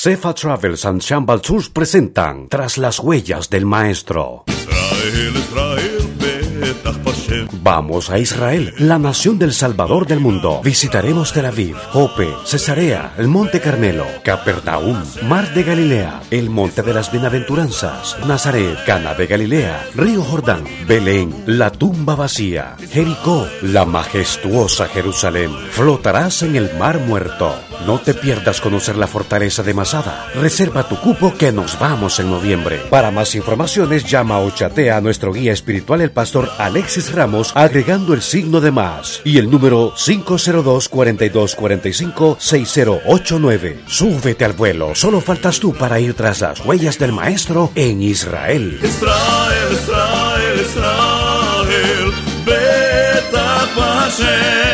Cefa Travels and Shambal Tours presentan Tras las huellas del maestro. Vamos a Israel, la nación del Salvador del mundo. Visitaremos Tel Aviv, Jope, Cesarea, el Monte Carmelo, Capernaum, Mar de Galilea, el Monte de las Bienaventuranzas, Nazaret, Cana de Galilea, Río Jordán, Belén, la tumba vacía, Jericó, la majestuosa Jerusalén. Flotarás en el Mar Muerto. No te pierdas conocer la fortaleza de Masada. Reserva tu cupo que nos vamos en noviembre. Para más informaciones llama o chatea a nuestro guía espiritual, el pastor Alexis Ramos, agregando el signo de más y el número 502-4245-6089. Súbete al vuelo, solo faltas tú para ir tras las huellas del maestro en Israel. Israel, Israel, Israel, Betach Hashem.